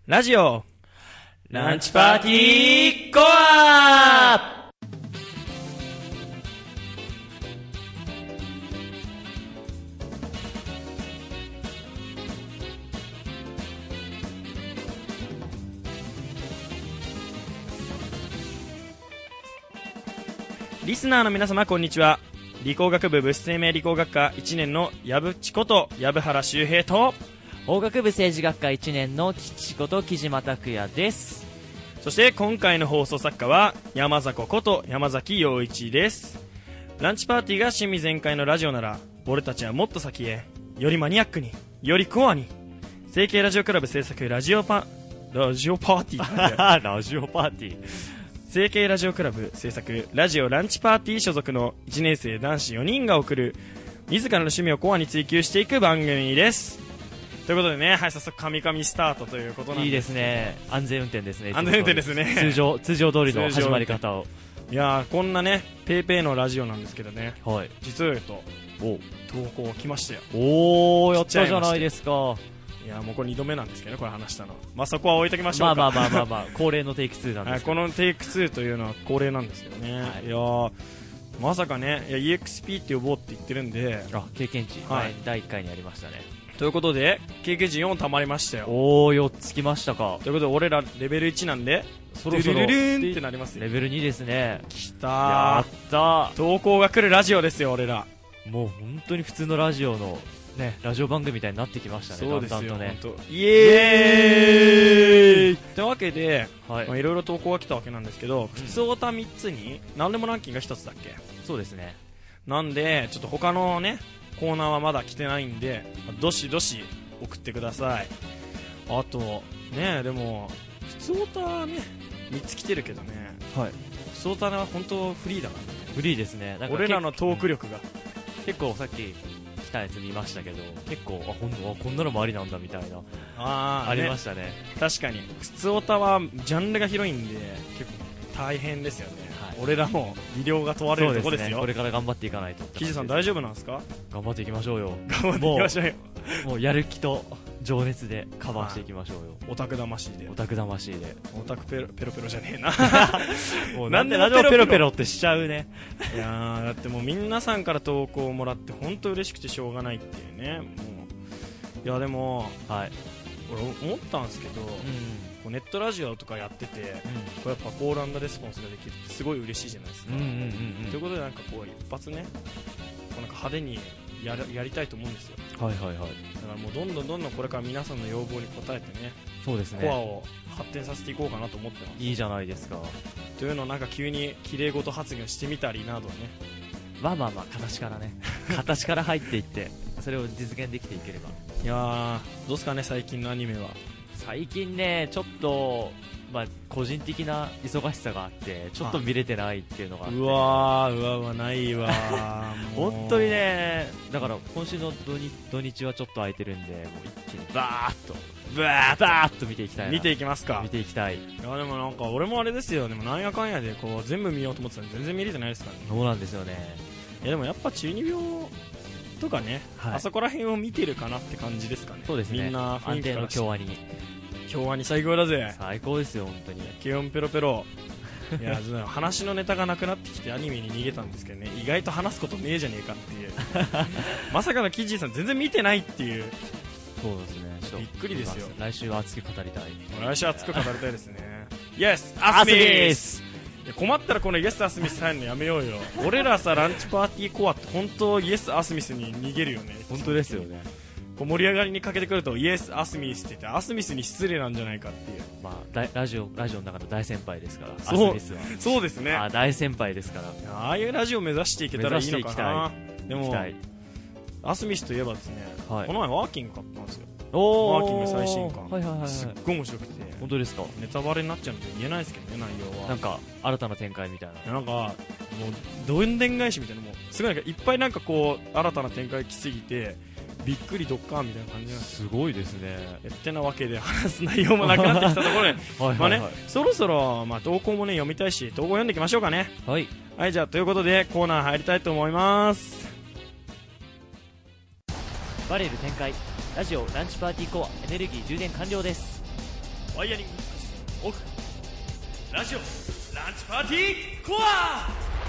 ラジオランチパーティーコア。リスナーの皆様こんにちは。理工学部物質生命理工学科1年の矢淵こと藪原修平と、 法学部政治学科1年の吉こと木島拓也です。 そして今回の放送作家は山里こと山崎陽一です。ランチパーティーが趣味全開のラジオなら、俺たちはもっと先へ、よりマニアックに、よりコアに。成形ラジオクラブ制作ラジオパーティーラジオパーティー成形ラジオクラブ制作ラジオランチパーティー所属の1年生男子4人が送る自らの趣味をコアに追求していく番組です。ということでね、はい、早速カミカミスタートということなんです。 いいですね。安全運転ですね。 安全運転ですね。 通常通りの始まり方を。 いやー、こんなねペイペイのラジオなんですけどね、 はい、 実を言うと投稿来ましたよ。 おー、やったじゃないですか。 いやもうこれ2度目なんですけどね、これ話したの。まあそこは置いときましょうか。 まあ恒例のテイク2なんです、 はい、このテイク2というのは恒例なんですよね、はい、いやまさかね、いや EXP って呼ぼうって言ってるんで、 経験値、はい、第1回にありましたね。 ということで経験値4たまりましたよ。 おー、4つきましたか。 ということで俺らレベル1なんで、 そろそろルルルーンってなりますよ。 レベル2ですね。 きたー、 やったー。 投稿が来るラジオですよ俺ら。 もう本当に普通のラジオのね、ラジオ番組みたいになってきましたね。 そうですよ、 だんだんとね。 イエーイというわけで、 はい、 いろいろ投稿が来たわけなんですけど、普通オタ3つに何でもランキングが1つだっけ。 そうですね。なんでちょっと他のねコーナーはまだ来てないんで、どしどし送ってください。あとね、でも普通オタね3つ来てるけどね、はい、普通オタは本当フリーだからね。 フリーですね。なんか俺らのトーク力が、 結構さっき来たやつ見ましたけど、結構こんなのもありなんだみたいなありましたね。 確かに普通オタはジャンルが広いんで結構大変ですよね、はい、俺らも技量が問われるところですよ。 これから頑張っていかないと。 キジさん大丈夫なんですか。 頑張っていきましょうよ。 頑張っていきましょうよ。 もうやる気と情熱でカバーしていきましょうよ。 オタク魂で。 オタク魂で。 オタクペロペロじゃねえな。 もうなんでラジオペロペロってしちゃうね。 いやー、だってもう皆さんから投稿をもらって本当嬉しくてしょうがないっていうね。もういやでも、はい、俺思ったんですけど、こうネットラジオとかやってて、こうやっぱコール&レスポンスができるってすごい嬉しいじゃないですか。ということでなんかこう一発ね、こうなんか派手にやりたいと思うんですよ。はいはいはい。だからもうどんどんこれから皆さんの要望に応えてね、そうですね、コアを発展させていこうかなと思ってます。いいじゃないですか。というのをなんか急に綺麗事発言してみたりなどね。 まあ形からね形から入っていってそれを実現できていければ。 いやー、どうすかね最近のアニメは。 最近ねちょっと個人的な忙しさがあってちょっと見れてないっていうのがあって、 うわないわ本当にね。だから今週の土日はちょっと空いてるんで、もう一気にバーッと見ていきたいな。 見ていきますか。 見ていきたい。 いやでもなんか俺もあれですよ。でもなんやかんやでこう全部見ようと思ってたのに全然見れてないですからね。 そうなんですよね。 いやでもやっぱ中二病とかね、はい、あそこら辺を見てるかなって感じですかね。 そうですね。 みんな雰囲気から安定の京アニ最高だぜ。 最高ですよ本当に。 キオンペロペロ。いや話のネタがなくなってきてアニメに逃げたんですけどね、意外と話すことねえじゃねえかっていうまさかのキジーさん全然見てないっていう。 そうですね、ちょっとびっくりですよ。 来週は熱く語りたい。 来週熱く語りたいですね。イエスアスミス。困ったらこのイエスアスミス入るのやめようよ。俺らさランチパーティーコアって本当イエスアスミスに逃げるよね。 本当ですよね。 こう盛り上がりにかけてくるとイエスアスミスって言ってアスミスに失礼なんじゃないかっていう。 ラジオの中の大先輩ですから。アスミスはそうですね。 大先輩ですから。 ああいうラジオを目指していけたらいいのかな。でもアスミスといえばですね、はい、この前ワーキング買ったんですよ。ワーキング最新刊、すっごい面白くて。 本当ですか。 ネタバレになっちゃうので言えないですけどね、内容は。 なんか新たな展開みたいな。 なんかもうどんでん返しみたいな、もうすごいなんかいっぱいなんかこう新たな展開来すぎてびっくりドッカーンみたいな感じなんです。 すごいですね。 ってなわけで話す内容もなくなってきたところでまあね、そろそろ投稿もね読みたいし投稿読んでいきましょうかね。はい、はい、じゃあということでコーナー入りたいと思います。 バレル展開ラジオランチパーティーコアエネルギー充電完了です。 ワイヤリングオフラジオランチパーティーコア。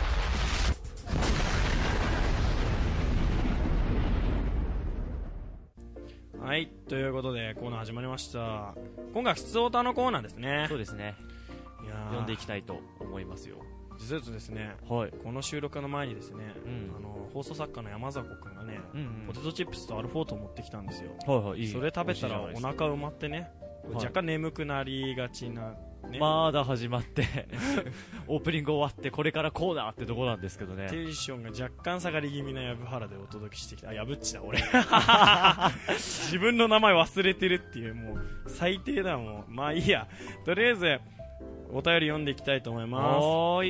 はい、ということでコーナー始まりました。今回は普通オタのコーナーですね。 そうですね。 いや読んでいきたいと思いますよ。 実はですね、 はい、 この収録の前にですね、放送作家の山里くんがね、ポテトチップスとアルフォートを持ってきたんですよ。 はいはい、いい。 それ食べたらお腹埋まってね、若干眠くなりがちな、ね、 まだ始まってオープニング終わってこれからコーナーってとこなんですけどね。 テンションが若干下がり気味なやぶはらでお届けしてきた。やぶっちだ俺自分の名前忘れてるっていう、もう最低だもん。まあいいや、とりあえずお便り読んでいきたいと思います。はい、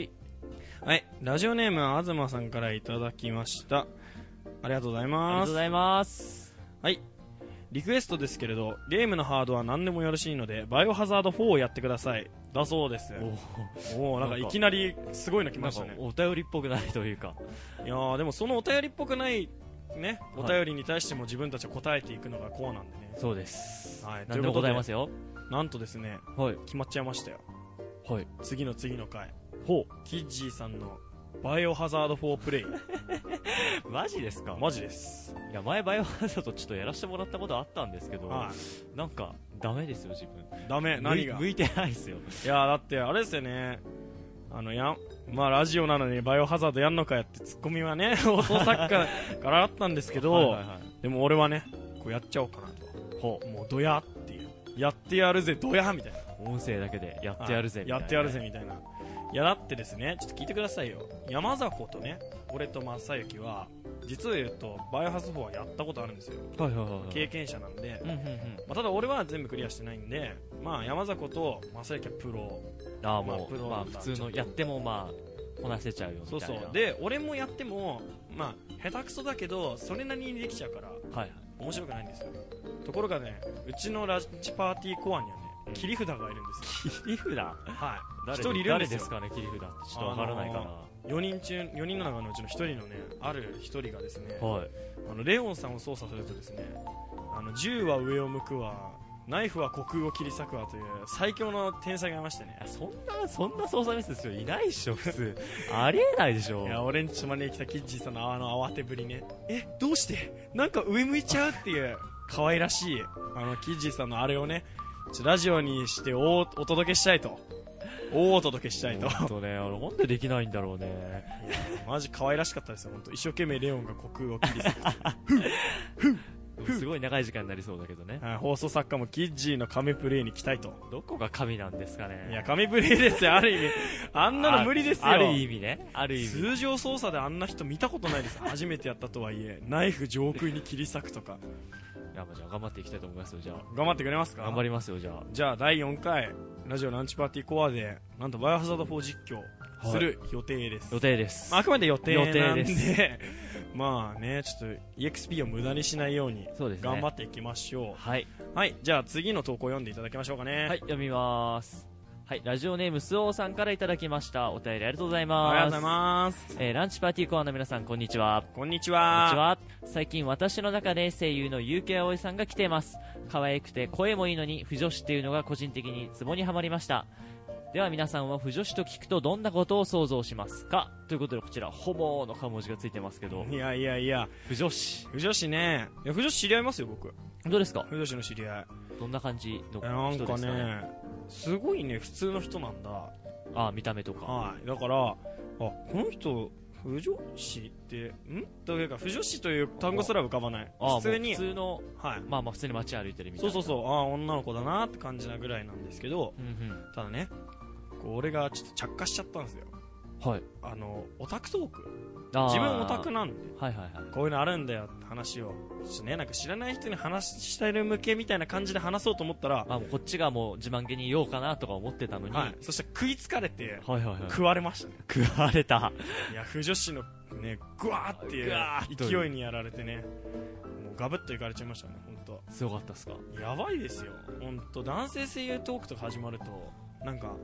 ラジオネームは東さんからいただきました。ありがとうございます。 ありがとうございます。 はい、リクエストですけれど、ゲームのハードは何でもよろしいのでバイオハザード4をやってくださいだそうです。おお、なんかいきなりすごいの来ましたね。 お便りっぽくないというか、 いやーでもそのお便りっぽくないね、お便りに対しても自分たちは答えていくのがこうなんでね。 そうです。 はい、 何でもございますよ。 なんとですね、 はい、 決まっちゃいましたよ。 はい、 次の回、キッジーさんのバイオハザード4プレイマジですか？ マジです。 いや、前バイオハザードちょっとやらせてもらったことあったんですけど、なんかダメですよ、自分。 ダメ？何が？ 向いてないですよ。 いやだってあれですよね、まあラジオなのにバイオハザードやんのかやってツッコミはね放送作家からあったんですけどでも俺はね、こうやっちゃおうかなと。もうドヤっていう、やってやるぜドヤみたいな、 音声だけでやってやるぜみたいな、 やってやるぜみたいな。いやだってですね、ちょっと聞いてくださいよ。山里とね、俺と正幸は実を言うとバイオハザード4はやったことあるんですよ。経験者なんで、ただ俺は全部クリアしてないんで、まあ山里と正幸はプロ。 普通のやってもこなせちゃうよみたいな。 そうで、俺もやっても下手くそだけどそれなりにできちゃうから、面白くないんですよ。ところがね、うちのランチパーティーコアにはね、切り札がいるんですよ。 切り札？ はい。一人いるん誰ですよ。 ですかね、切り札って。ちょっとわからないかな。 4人の中のうちの1人のね、ある1人がですね、 はい、 レオンさんを操作するとですね、銃は上を向くわ、ナイフは虚空を切り裂くわという最強の天才がいましてね。 そんな操作ミスですよ、いないでしょ普通ありえないでしょ。 いや、俺んちまで来たキッジーさんの慌てぶりね、どうしてなんか上向いちゃうっていう可愛らしいキッジーさんのあれをね、ラジオにしてお届けしたいと。お届けしたいと。 本当ね、なんでできないんだろうね。 マジ可愛らしかったですよ、本当。一生懸命レオンが虚空を切り裂くすごい長い時間になりそうだけどね。 放送作家もキッジーの神プレイに期待と。 どこが神なんですかね。 いや、神プレイですよ、ある意味。あんなの無理ですよ。 ある意味ね。ある意味。 通常操作であんな人見たことないです。初めてやったとはいえ、ナイフ上空に切り裂くとか。 いや、じゃあ頑張っていきたいと思いますよ。じゃあ頑張ってくれますか？ 頑張りますよ。じゃあ第4回ラジオランチパーティーコアでなんとバイオハザード4実況する予定です。 予定です。 あくまで予定なんでまあね、ちょっと EXP を無駄にしないように頑張っていきましょう。 はい、 じゃあ次の投稿読んでいただきましょうかね。 はい、読みます。はい、ラジオネームスオーさんからいただきました。お便りありがとうございます。 ありがとうございます。 ランチパーティーコアの皆さん、こんにちは。 こんにちは。 最近私の中で声優の結城葵さんが来ています。可愛くて声もいいのに不女子っていうのが個人的にツボにはまりました。では皆さんは不女子と聞くとどんなことを想像しますか？ということで、こちらホモの顔文字がついてますけど。 いや不女子ね。いや、不女子知り合いますよ、僕。 どうですか？ 不女子の知り合い。 どんな感じの人ですかね？ なんかね、すごいね、普通の人なんだ。 見た目とか。 はい。だから、この人不女子ってというか、不女子という単語すら浮かばない。普通の、 普通に街歩いてるみたいな。 そう、女の子だなって感じなぐらいなんですけど、ただね、俺がちょっと着火しちゃったんですよ。 はい。 オタクトーク。自分オタクなんで、こういうのあるんだよって話をね、なんか知らない人に話したい向けみたいな感じで話そうと思ったら、 もうこっちがもう自慢げに言おうかなとか思ってたのに、 そして食いつかれて、食われましたね。 食われた。 いや、不女子のね、グワーっていう勢いにやられてね、もうガブッといかれちゃいましたね、本当。 すごかったっすか？ やばいですよ、本当。男性声優トークとか始まると、なんか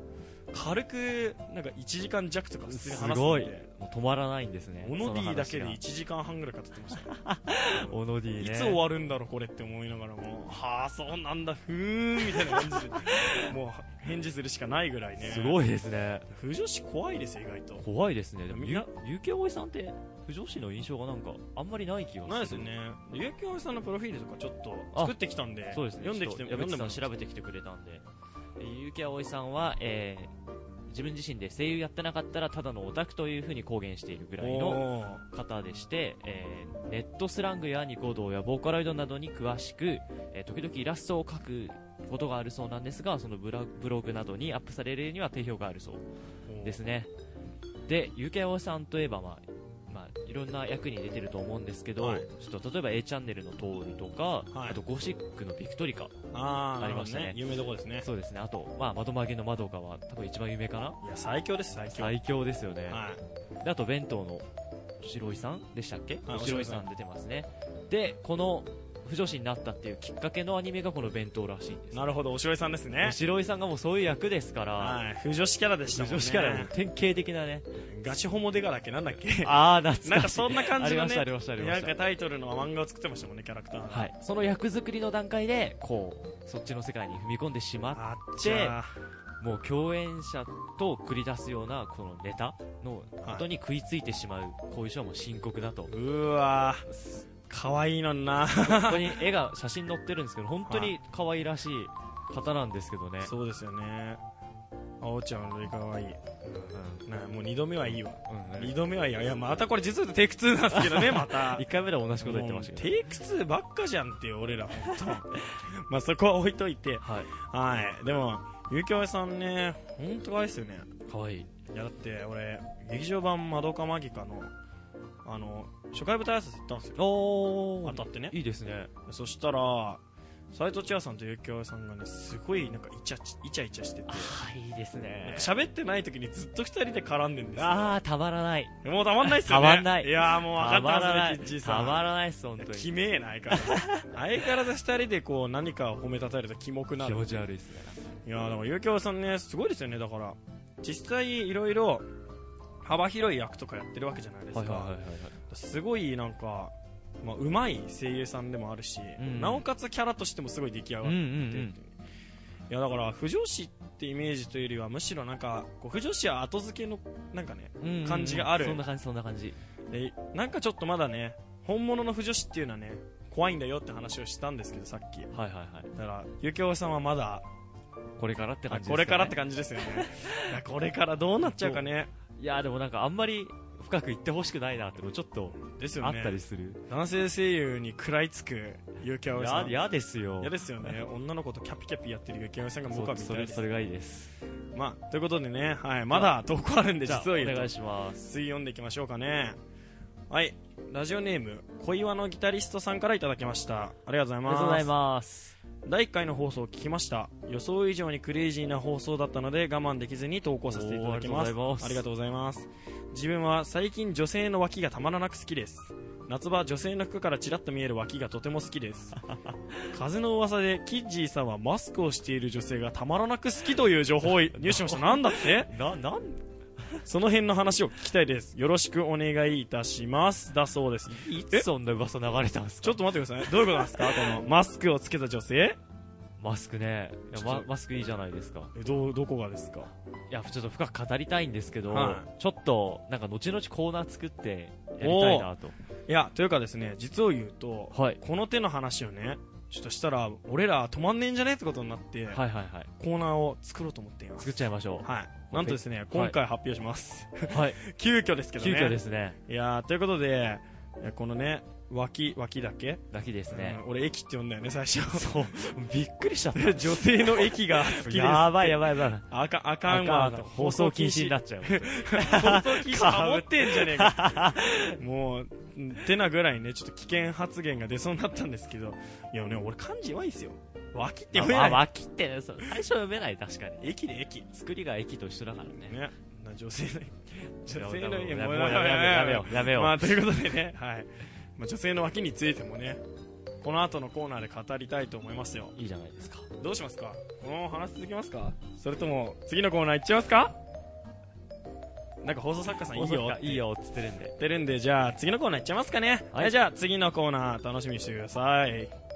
軽くなんか1時間弱とか普通に話すんで、 すごいもう止まらないんですね。 オノディだけで1時間半ぐらい語ってましたオノディね、 いつ終わるんだろうこれって思いながらも、はあそうなんだふーんみたいな感じでもう返事するしかないぐらいね。 すごいですね。 不女子怖いですよ意外と。 怖いですね。でもみんなゆけおいさんって不女子の印象がなんかあんまりない気がする。 ないですよね。ゆうきおいさんのプロフィールとかちょっと作ってきたんで、 そうですね、 読んできて、 矢口さん読んでも調べてきてくれたんで、ゆけおいさんは、自分自身で声優やってなかったらただのオタクという風に公言しているぐらいの方でして、ネットスラングやニコ動やボーカロイドなどに詳しく、時々イラストを描くことがあるそうなんですが、そのブログなどにアップされるには定評があるそうですね。で、ゆけおさんといえば、いろんな役に出てると思うんですけど、 はい、 ちょっと例えば A チャンネルのトールとか、 はい、 あとゴシックのビクトリカありましたね。 有名どこですね。 そうですね。あと、窓曲げのまどかは多分一番有名かな。 いや最強です、 最強ですよね。 はい、 であと弁当の白井さんでしたっけ、 はい、 白井さん出てますね。でこの不女子になったっていうきっかけのアニメがこの弁当らしいんです。 なるほど、おしろいさんですね。 おしろいさんがもうそういう役ですから、 はい、不女子キャラでしたもんね。 不女子キャラの典型的なね。 ガチホモデカだっけ、なんだっけ懐かしい。 なんかそんな感じのね、 ありましたなんかタイトルの漫画を作ってましたもんね、キャラクター。 はい、その役作りの段階でこうそっちの世界に踏み込んでしまってもう共演者と繰り出すようなこのネタのことに食いついてしまう後遺症はもう深刻だと。 うわ可愛いのにな。 本当に絵が写真載ってるんですけど本当に可愛らしい方なんですけどね。 そうですよね。あおちゃんの可愛い。もう2度目はいいわ。2度目はいいわ。いやまたこれ実はテイク2なんですけどね、また 1回目で同じこと言ってましたけど、 テイク2ばっかじゃんって俺ら本当そこは置いといて、はい、でもゆうきおえさんね本当可愛いですよね。 可愛い。 いやだって俺劇場版まどかマギカの初回舞台挨拶行ったんですよ。当たってね。 いいですね。 そしたら斉藤千和さんとゆうきおえさんがねすごいなんかイチャイチャしてて、 いいですね。 喋ってない時にずっと2人で絡んでるんですよ。 たまらない。 もうたまんないっすよね。 たまんない。 いやもう分かってますね、キッチーさん。 たまらないっす本当に。 キメえな相変わらず2人でこう何かを褒めたたえるとキモくなる。 気持ち悪いっすね。 いやだからゆうきおえさんねすごいですよね。だから実際いろいろ幅広い役とかやってるわけじゃないですか。すごいなんかうまい声優さんでもあるし、なおかつキャラとしてもすごい出来上がってて、いやだから不女子ってイメージというよりはむしろなんかこう不女子は後付けのなんかね、感じがある。 そんな感じでなんかちょっとまだね本物の不女子っていうのはね怖いんだよって話をしたんですけどさっき。だからゆきおさんはまだこれからって感じですかね。 これからって感じですよね。これからどうなっちゃうかね。 いやでもなんかあんまり深く言ってほしくないなってのちょっとあったりする。 男性声優に食らいつくゆきおさん嫌ですよ。 嫌ですよね。女の子とキャピキャピやってるゆきおさんが僕は見たいです。 それがいいです。 ということでね、まだ投稿あるんで実を言うとお願いします。 次読んでいきましょうかね。はい、ラジオネーム小岩のギタリストさんからいただきました。ありがとうございます。 ありがとうございます。 第1回の放送を聞きました。予想以上にクレイジーな放送だったので我慢できずに投稿させていただきます。ありがとうございます。自分は最近女性の脇がたまらなく好きです。夏場女性の服からちらっと見える脇がとても好きです。風の噂でキッジーさんはマスクをしている女性がたまらなく好きという情報を入手しました。なんだってその辺の話を聞きたいです。よろしくお願いいたしますだそうです。 いつそんな噂流れたんですか。 ちょっと待ってください。どういうことなんですかこのマスクをつけた女性。 マスクね、マスクいいじゃないですか。 どこがですか。 いやちょっと深く語りたいんですけど、ちょっとなんか後々コーナー作ってやりたいなと。 いやというかですね、実を言うと、この手の話をねちょっとしたら俺ら止まんねえんじゃねえってことになって、コーナーを作ろうと思っています。 作っちゃいましょう。なんとですね、今回発表します。急遽ですけどね。 急遽ですね。 いやということでこのね脇だけですね。 俺駅って呼んだよね最初。 そうびっくりしちゃった。 女性の駅が好きです。 やばいあかんわ。 放送禁止になっちゃう。 放送禁止かぶってんじゃねえか。もうてなぐらいねちょっと危険発言が出そうになったんですけど、いやね俺漢字弱いですよ。脇って読めない。 脇ってね最初読めない。確かに駅で駅作りが駅と一緒だからね。 女性の駅もうやめよう。 ということでね、女性の脇についてもねこの後のコーナーで語りたいと思いますよ。 いいじゃないですか。 どうしますか？このまま話続けますか？それとも次のコーナー行っちゃいますか？なんか放送作家さんいいよっていいよって言ってるんで、 じゃあ次のコーナー行っちゃいますかね。はい、じゃあ次のコーナー楽しみにしてください。